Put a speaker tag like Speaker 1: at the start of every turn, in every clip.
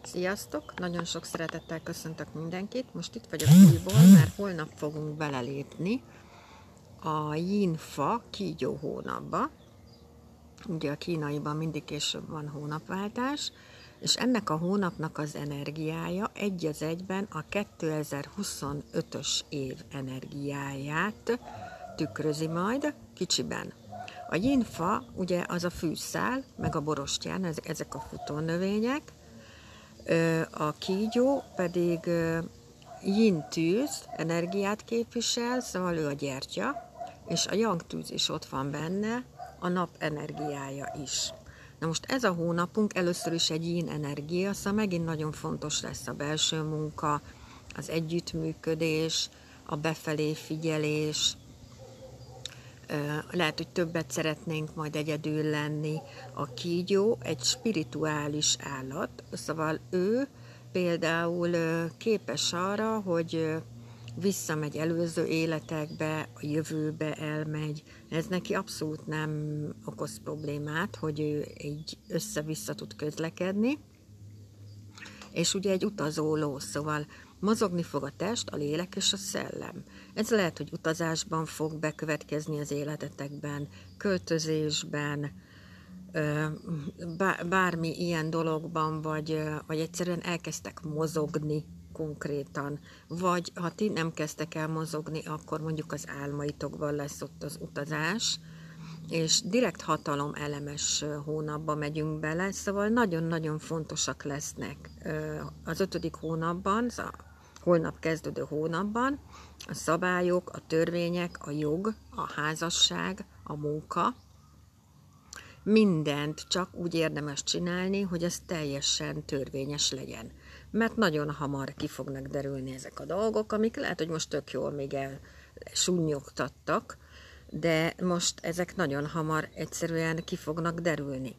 Speaker 1: Sziasztok! Nagyon sok szeretettel köszöntök mindenkit. Most itt vagyok újból, mert holnap fogunk belelépni a Yin-fa kígyó hónapba. Ugye a kínaiban mindig később van hónapváltás, és ennek a hónapnak az energiája egy az egyben a 2025-ös év energiáját tükrözi majd kicsiben. A Yin-fa ugye az a fűszál, meg a borostyán, ezek a futónövények, a kígyó pedig yin tűz energiát képvisel, szóval ő a gyertya, és a yang tűz is ott van benne, a nap energiája is. Na most ez a hónapunk először is egy yin energia, szóval megint nagyon fontos lesz a belső munka, az együttműködés, a befelé figyelés, lehet, hogy többet szeretnénk majd egyedül lenni. A kígyó egy spirituális állat, szóval ő például képes arra, hogy visszamegy előző életekbe, a jövőbe elmegy. Ez neki abszolút nem okoz problémát, hogy ő így össze-vissza tud közlekedni. És ugye egy utazó ló, szóval mozogni fog a test, a lélek és a szellem. Ez lehet, hogy utazásban fog bekövetkezni az életetekben, költözésben, bármi ilyen dologban, vagy egyszerűen elkezdtek mozogni konkrétan. Vagy ha ti nem kezdtek el mozogni, akkor mondjuk az álmaitokban lesz ott az utazás, és direkt hatalom elemes hónapba megyünk bele, szóval nagyon-nagyon fontosak lesznek az 5. hónapban, a holnap kezdődő hónapban a szabályok, a törvények, a jog, a házasság, a munka. Mindent csak úgy érdemes csinálni, hogy ez teljesen törvényes legyen. Mert nagyon hamar ki fognak derülni ezek a dolgok, amik lehet, hogy most tök jól még elsúnyogtattak, de most ezek nagyon hamar egyszerűen ki fognak derülni.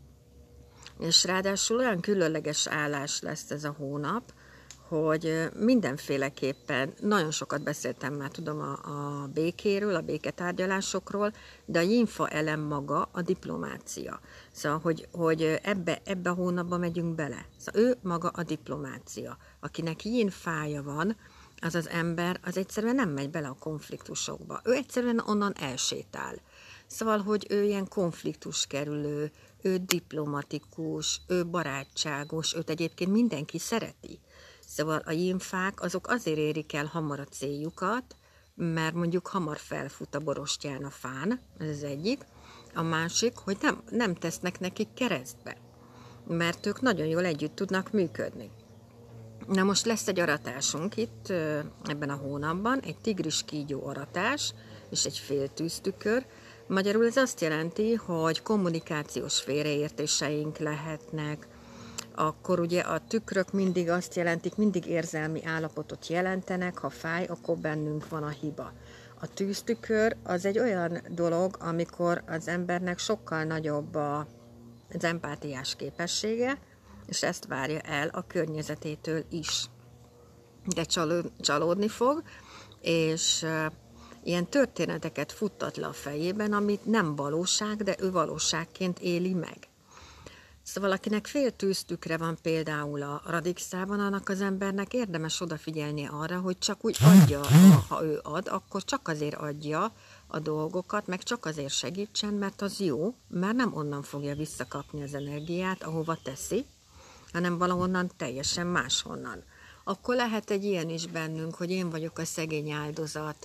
Speaker 1: És ráadásul olyan különleges állás lesz ez a hónap, hogy mindenféleképpen, nagyon sokat beszéltem már, tudom, a békéről, a béketárgyalásokról, de a Yin-fa elem maga a diplomácia. Szóval, hogy ebbe a hónapba megyünk bele. Szóval ő maga a diplomácia. Akinek Yin-fája van, az az ember, az egyszerűen nem megy bele a konfliktusokba. Ő egyszerűen onnan elsétál. Szóval, hogy ő ilyen konfliktuskerülő, ő diplomatikus, ő barátságos, őt egyébként mindenki szereti. Szóval a yin-fák azok azért érik el hamar a céljukat, mert mondjuk hamar felfut a borostyán a fán, ez az egyik. A másik, hogy nem tesznek nekik keresztbe, mert ők nagyon jól együtt tudnak működni. Na most lesz egy aratásunk itt ebben a hónapban, egy tigris kígyó aratás és egy féltűztükör. Magyarul ez azt jelenti, hogy kommunikációs félreértéseink lehetnek, akkor ugye a tükrök mindig azt jelentik, mindig érzelmi állapotot jelentenek, ha fáj, akkor bennünk van a hiba. A tűztükör az egy olyan dolog, amikor az embernek sokkal nagyobb az empátiás képessége, és ezt várja el a környezetétől is. De csalódni fog, és ilyen történeteket futtat le a fejében, amit nem valóság, de ő valóságként éli meg. Szóval akinek fél tűztükre van például a radixában, annak az embernek érdemes odafigyelni arra, hogy csak úgy adja, ha ő ad, akkor csak azért adja a dolgokat, meg csak azért segítsen, mert az jó, mert nem onnan fogja visszakapni az energiát, ahova teszi, hanem valahonnan teljesen máshonnan. Akkor lehet egy ilyen is bennünk, hogy én vagyok a szegény áldozat,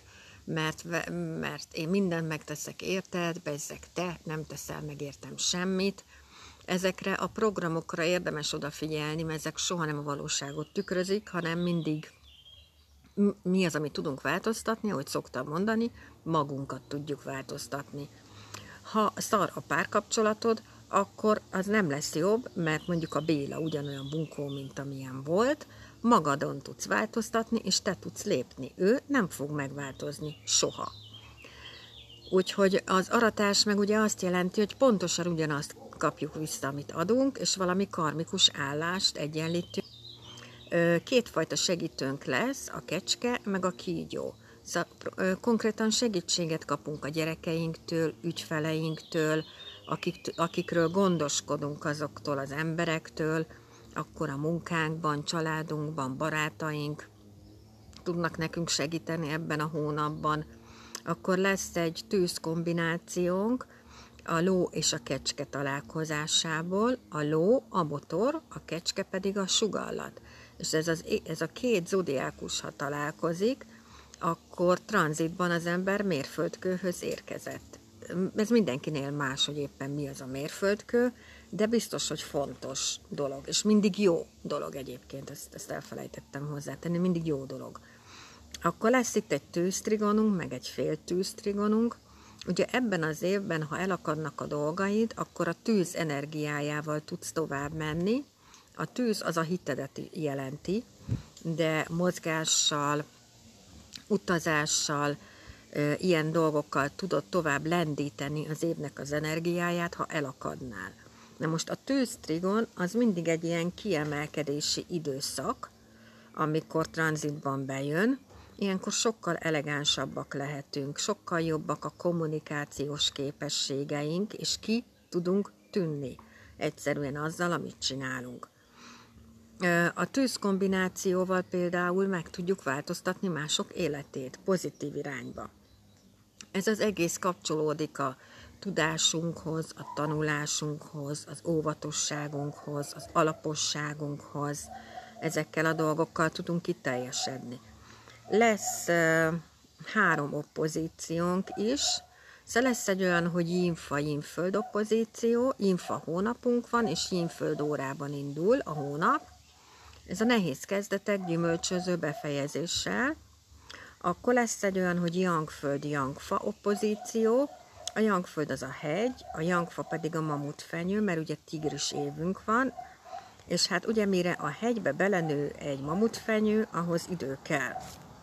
Speaker 1: mert én mindent megteszek érted, bezzeg te nem teszel meg értem semmit. Ezekre a programokra érdemes odafigyelni, mert ezek soha nem a valóságot tükrözik, hanem mindig mi az, amit tudunk változtatni, ahogy szoktam mondani, magunkat tudjuk változtatni. Ha szar a párkapcsolatod, akkor az nem lesz jobb, mert mondjuk a Béla ugyanolyan bunkó, mint amilyen volt, magadon tudsz változtatni, és te tudsz lépni. Ő nem fog megváltozni soha. Úgyhogy az aratás meg ugye azt jelenti, hogy pontosan ugyanazt kapjuk vissza, amit adunk, és valami karmikus állást egyenlítünk. Kétfajta segítőnk lesz, a kecske, meg a kígyó. Szóval konkrétan segítséget kapunk a gyerekeinktől, ügyfeleinktől, akikről gondoskodunk, azoktól az emberektől, akkor a munkánkban, családunkban, barátaink tudnak nekünk segíteni ebben a hónapban. Akkor lesz egy tűz kombinációnk, a ló és a kecske találkozásából, a ló a motor, a kecske pedig a sugallat. És ez a két zodiákus, ha találkozik, akkor tranzitban az ember mérföldkőhöz érkezett. Ez mindenkinél más, hogy éppen mi az a mérföldkő, de biztos, hogy fontos dolog, és mindig jó dolog egyébként, ezt elfelejtettem hozzátenni, mindig jó dolog. Akkor lesz itt egy tűztrigonunk, meg egy fél tűztrigonunk. Ugye ebben az évben, ha elakadnak a dolgaid, akkor a tűz energiájával tudsz tovább menni. A tűz az a hitedet jelenti, de mozgással, utazással, ilyen dolgokkal tudod tovább lendíteni az évnek az energiáját, ha elakadnál. Na most a tűztrigon az mindig egy ilyen kiemelkedési időszak, amikor tranzitban bejön. Ilyenkor sokkal elegánsabbak lehetünk, sokkal jobbak a kommunikációs képességeink, és ki tudunk tűnni egyszerűen azzal, amit csinálunk. A tűz kombinációval például meg tudjuk változtatni mások életét pozitív irányba. Ez az egész kapcsolódik a tudásunkhoz, a tanulásunkhoz, az óvatosságunkhoz, az alaposságunkhoz. Ezekkel a dolgokkal tudunk kiteljesedni. Lesz 3 oppozíciónk is, szóval lesz egy olyan, hogy Yin-Fa-Yin-Föld oppozíció, Yin-Fa hónapunk van, és Yin-Föld órában indul a hónap. Ez a nehéz kezdetek gyümölcsöző befejezéssel. Akkor lesz egy olyan, hogy Yang-Föld, Yang-Fa oppozíció. A Yang-Föld az a hegy, a Yang-Fa pedig a mamutfenyő, mert ugye tigris évünk van, és hát ugye mire a hegybe belenő egy mamutfenyő, ahhoz idő kell.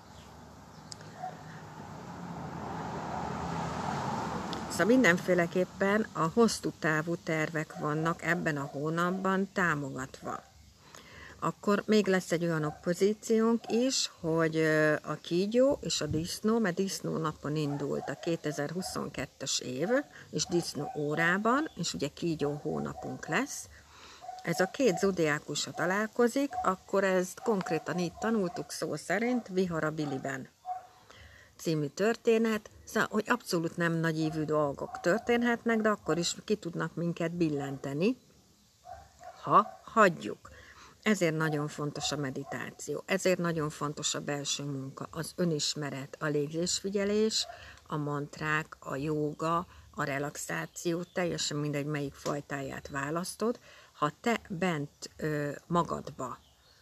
Speaker 1: Szóval mindenféleképpen a hosszú távú tervek vannak ebben a hónapban támogatva. Akkor még lesz egy olyan oppozíciónk is, hogy a kígyó és a disznó, mert disznó napon indult a 2022-es év, és disznó órában, és ugye kígyó hónapunk lesz. Ez a két zodiákusra találkozik, akkor ezt konkrétan így tanultuk szó szerint Viharabiliben című történet, szóval, hogy abszolút nem nagyívű dolgok történhetnek, de akkor is ki tudnak minket billenteni, ha hagyjuk. Ezért nagyon fontos a meditáció, ezért nagyon fontos a belső munka, az önismeret, a légzésfigyelés, a mantrák, a jóga, a relaxáció, teljesen mindegy, melyik fajtáját választod. Ha te bent magadba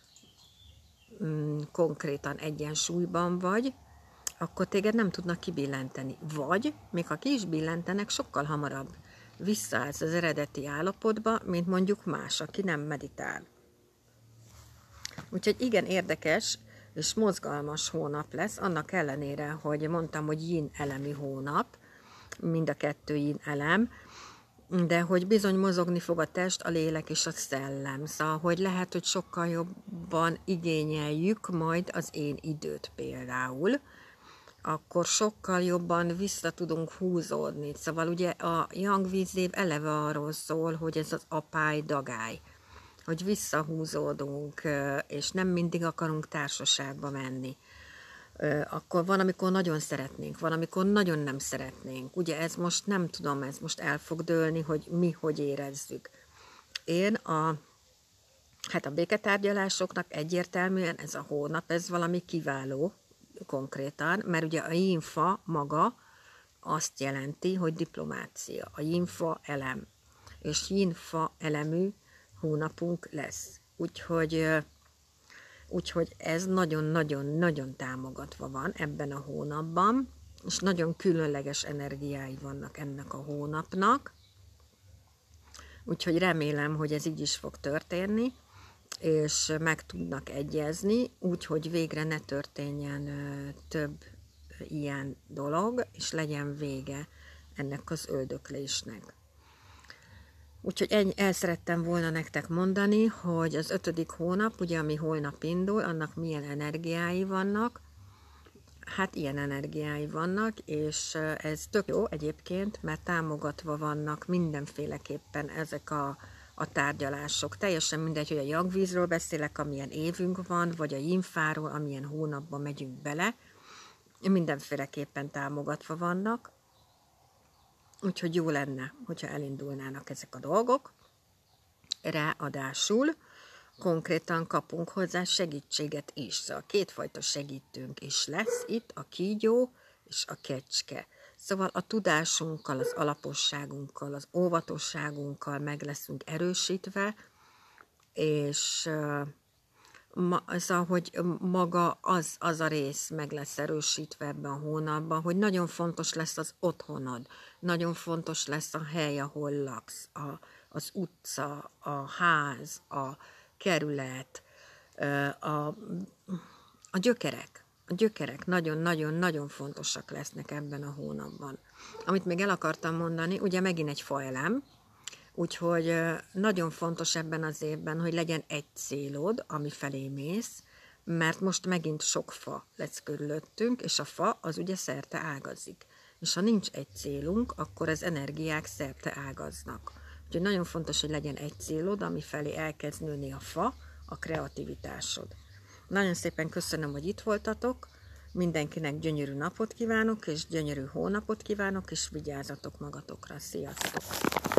Speaker 1: konkrétan egyensúlyban vagy, akkor téged nem tudnak kibillenteni. Vagy, még ha ki is billentenek, sokkal hamarabb visszaállsz az eredeti állapotba, mint mondjuk más, aki nem meditál. Úgyhogy igen érdekes és mozgalmas hónap lesz, annak ellenére, hogy mondtam, hogy yin elemi hónap, mind a 2 yin elem, de hogy bizony mozogni fog a test, a lélek és a szellem. Szóval, hogy lehet, hogy sokkal jobban igényeljük majd az én időt például, akkor sokkal jobban vissza tudunk húzódni. Szóval ugye a yang vízév eleve arról szól, hogy ez az apály dagály, hogy visszahúzódunk, és nem mindig akarunk társaságba menni. Akkor van, amikor nagyon szeretnénk, van, amikor nagyon nem szeretnénk. Ugye ez most nem tudom, ez most el fog dőlni, hogy mi hogy érezzük. Én a béketárgyalásoknak egyértelműen ez a hónap, ez valami kiváló konkrétan, mert ugye a Yin-Fa maga azt jelenti, hogy diplomácia, a Yin-Fa elem, és Yin-Fa elemű hónapunk lesz. Úgyhogy ez nagyon-nagyon-nagyon támogatva van ebben a hónapban, és nagyon különleges energiái vannak ennek a hónapnak. Úgyhogy remélem, hogy ez így is fog történni, és meg tudnak egyezni, úgyhogy végre ne történjen több ilyen dolog, és legyen vége ennek az öldöklésnek. Úgyhogy el szerettem volna nektek mondani, hogy az 5. hónap, ugye ami holnap indul, annak milyen energiái vannak. Hát ilyen energiái vannak, és ez tök jó egyébként, mert támogatva vannak mindenféleképpen ezek a a tárgyalások. Teljesen mindegy, hogy a jagvízről beszélek, amilyen évünk van, vagy a jimfáról, amilyen hónapban megyünk bele. Mindenféleképpen támogatva vannak. Úgyhogy jó lenne, hogyha elindulnának ezek a dolgok. Ráadásul konkrétan kapunk hozzá segítséget is. Szóval kétfajta segítőnk is lesz itt, a kígyó és a kecske. Szóval a tudásunkkal, az alaposságunkkal, az óvatosságunkkal meg leszünk erősítve, és szóval, hogy maga az a rész meg lesz erősítve ebben a hónapban, hogy nagyon fontos lesz az otthonod, nagyon fontos lesz a hely, ahol laksz, az utca, a ház, a kerület, a gyökerek. A gyökerek nagyon-nagyon-nagyon fontosak lesznek ebben a hónapban. Amit még el akartam mondani, ugye megint egy faelem, úgyhogy nagyon fontos ebben az évben, hogy legyen egy célod, ami felé mész, mert most megint sok fa lesz körülöttünk, és a fa az ugye szerte ágazik. És ha nincs egy célunk, akkor az energiák szerte ágaznak. Úgyhogy nagyon fontos, hogy legyen egy célod, ami felé elkezd nőni a fa, a kreativitásod. Nagyon szépen köszönöm, hogy itt voltatok, mindenkinek gyönyörű napot kívánok, és gyönyörű hónapot kívánok, és vigyázzatok magatokra. Sziasztok!